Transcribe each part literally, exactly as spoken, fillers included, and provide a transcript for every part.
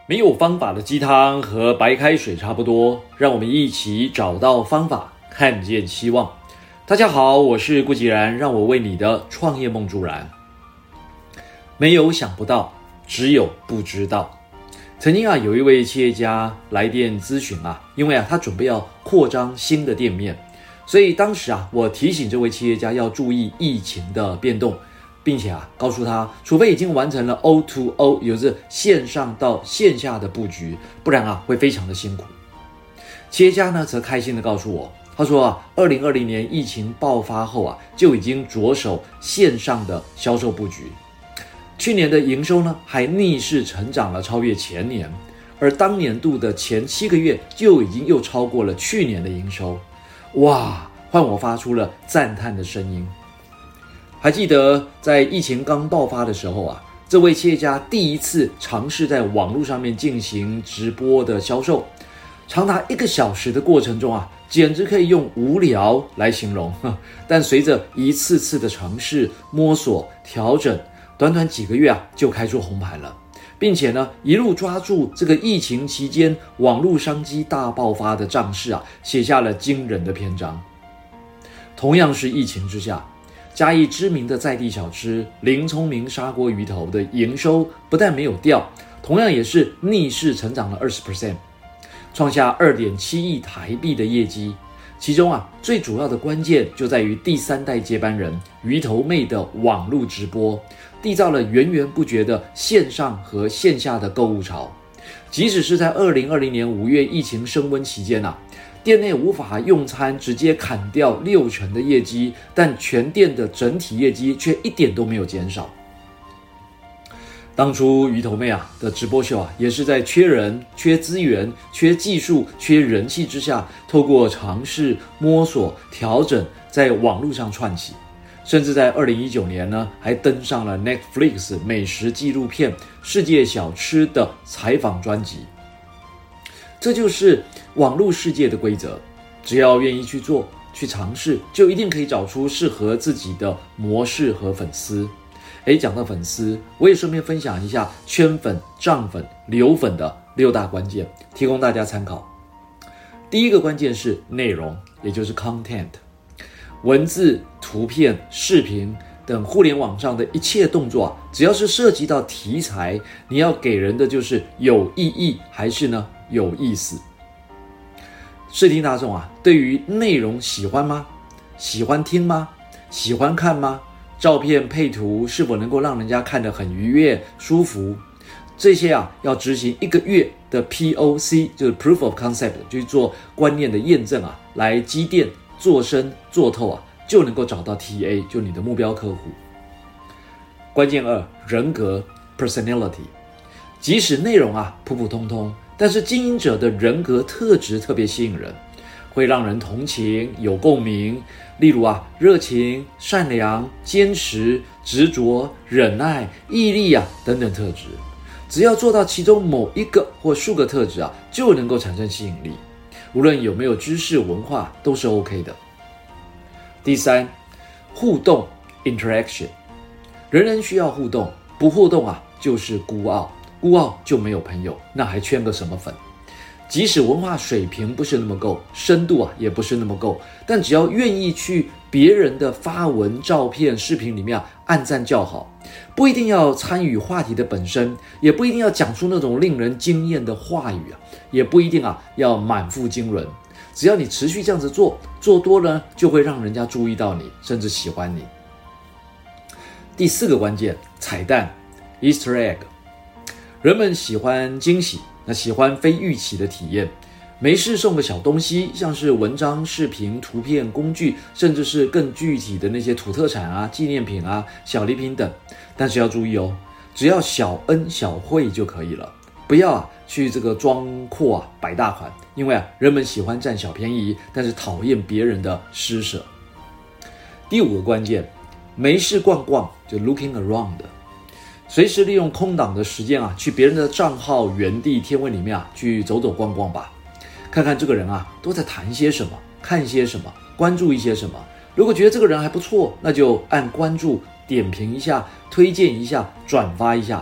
没有方法的鸡汤和白开水差不多，让我们一起找到方法，看见希望。大家好，我是顾吉然，让我为你的创业梦助燃。没有想不到，只有不知道。曾经啊，有一位企业家来电咨询啊，因为啊，他准备要扩张新的店面，所以当时啊，我提醒这位企业家要注意疫情的变动。并且啊，告诉他，除非已经完成了 O to O， 有着线上到线下的布局，不然啊，会非常的辛苦。企业家呢，则开心的告诉我，他说啊，二零二零年疫情爆发后啊，就已经着手线上的销售布局。去年的营收呢，还逆势成长了，超越前年，而当年度的前七个月就已经又超过了去年的营收。哇，换我发出了赞叹的声音。还记得在疫情刚爆发的时候啊，这位企业家第一次尝试在网络上面进行直播的销售，长达一个小时的过程中啊，简直可以用无聊来形容。但随着一次次的尝试、摸索、调整，短短几个月啊，就开出红盘了，并且呢，一路抓住这个疫情期间网络商机大爆发的涨势啊，写下了惊人的篇章。同样是疫情之下，嘉义知名的在地小吃林聪明砂锅鱼头的营收不但没有掉，同样也是逆势成长了 百分之二十， 创下 二点七亿台币的业绩。其中啊，最主要的关键就在于第三代接班人鱼头妹的网络直播，缔造了源源不绝的线上和线下的购物潮。即使是在二零二零年五月疫情升温期间啊，店内无法用餐，直接砍掉六成的业绩，但全店的整体业绩却一点都没有减少。当初鱼头妹啊的直播秀啊，也是在缺人、缺资源、缺技术、缺人气之下，透过尝试、摸索、调整，在网络上串起。甚至在二零一九年呢，还登上了 Netflix 美食纪录片《世界小吃》的采访专辑。这就是网络世界的规则，只要愿意去做、去尝试，就一定可以找出适合自己的模式和粉丝。诶，讲到粉丝，我也顺便分享一下圈粉、涨粉、流粉的六大关键，提供大家参考。第一个关键是内容，也就是 content。文字、图片、视频等互联网上的一切动作啊，只要是涉及到题材，你要给人的就是有意义还是呢有意思。视听大众啊，对于内容喜欢吗？喜欢听吗？喜欢看吗？照片配图是否能够让人家看得很愉悦、舒服？这些啊，要执行一个月的 P O C， 就是 Proof of Concept， 就是做观念的验证啊，来积淀、做深、做透啊，就能够找到 T A， 就你的目标客户。关键二，人格 Personality。即使内容啊普普通通，但是经营者的人格特质特别吸引人，会让人同情、有共鸣。例如啊，热情、善良、坚持、执着、忍耐、毅力啊等等特质，只要做到其中某一个或数个特质啊，就能够产生吸引力。无论有没有知识文化都是 OK 的。第三，互动 interaction。 人人需要互动，不互动啊就是孤傲，孤傲就没有朋友，那还圈个什么粉？即使文化水平不是那么够，深度啊也不是那么够，但只要愿意去别人的发文、照片、视频里面啊按赞叫好，不一定要参与话题的本身，也不一定要讲出那种令人惊艳的话语啊，也不一定啊要满腹经纶，只要你持续这样子做，做多了就会让人家注意到你，甚至喜欢你。第四个关键，彩蛋 Easter egg。 人们喜欢惊喜，那喜欢非预期的体验。没事送个小东西，像是文章、视频、图片、工具，甚至是更具体的那些土特产啊、纪念品啊、小礼品等。但是要注意哦，只要小恩小惠就可以了，不要啊去这个装阔啊摆大款，因为啊人们喜欢占小便宜，但是讨厌别人的施舍。第五个关键，没事逛逛，就 looking around。随时利用空档的时间啊，去别人的账号、原地、天文里面啊，去走走逛逛吧，看看这个人啊都在谈些什么，看些什么，关注一些什么。如果觉得这个人还不错，那就按关注、点评一下、推荐一下、转发一下。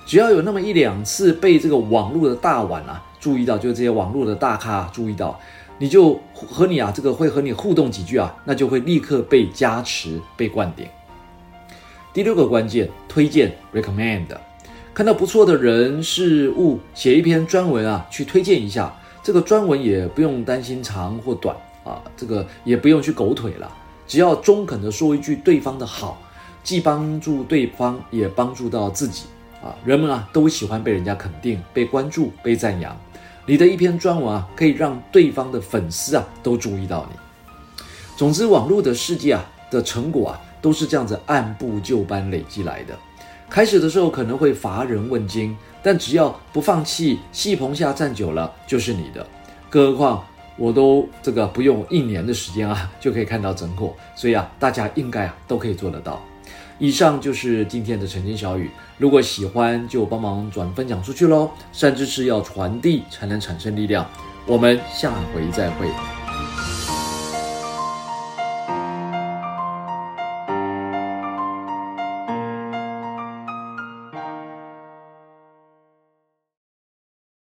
只要有那么一两次被这个网络的大碗啊注意到，就是这些网络的大咖、啊、注意到，你就和你啊这个会和你互动几句啊，那就会立刻被加持、被灌顶。第六个关键，推荐 recommend， 看到不错的人事物，写一篇专文啊，去推荐一下。这个专文也不用担心长或短啊，这个也不用去狗腿了，只要中肯的说一句对方的好，既帮助对方，也帮助到自己啊。人们啊都喜欢被人家肯定、被关注、被赞扬。你的一篇专文啊，可以让对方的粉丝啊都注意到你。总之，网络的世界啊的成果啊，都是这样子按部就班累积来的。开始的时候可能会乏人问津，但只要不放弃，戏棚下站久了就是你的。更何况我都这个不用一年的时间啊，就可以看到成果，所以啊，大家应该啊都可以做得到。以上就是今天的晨间小语，如果喜欢就帮忙转分享出去咯。善知识要传递才能产生力量。我们下回再会。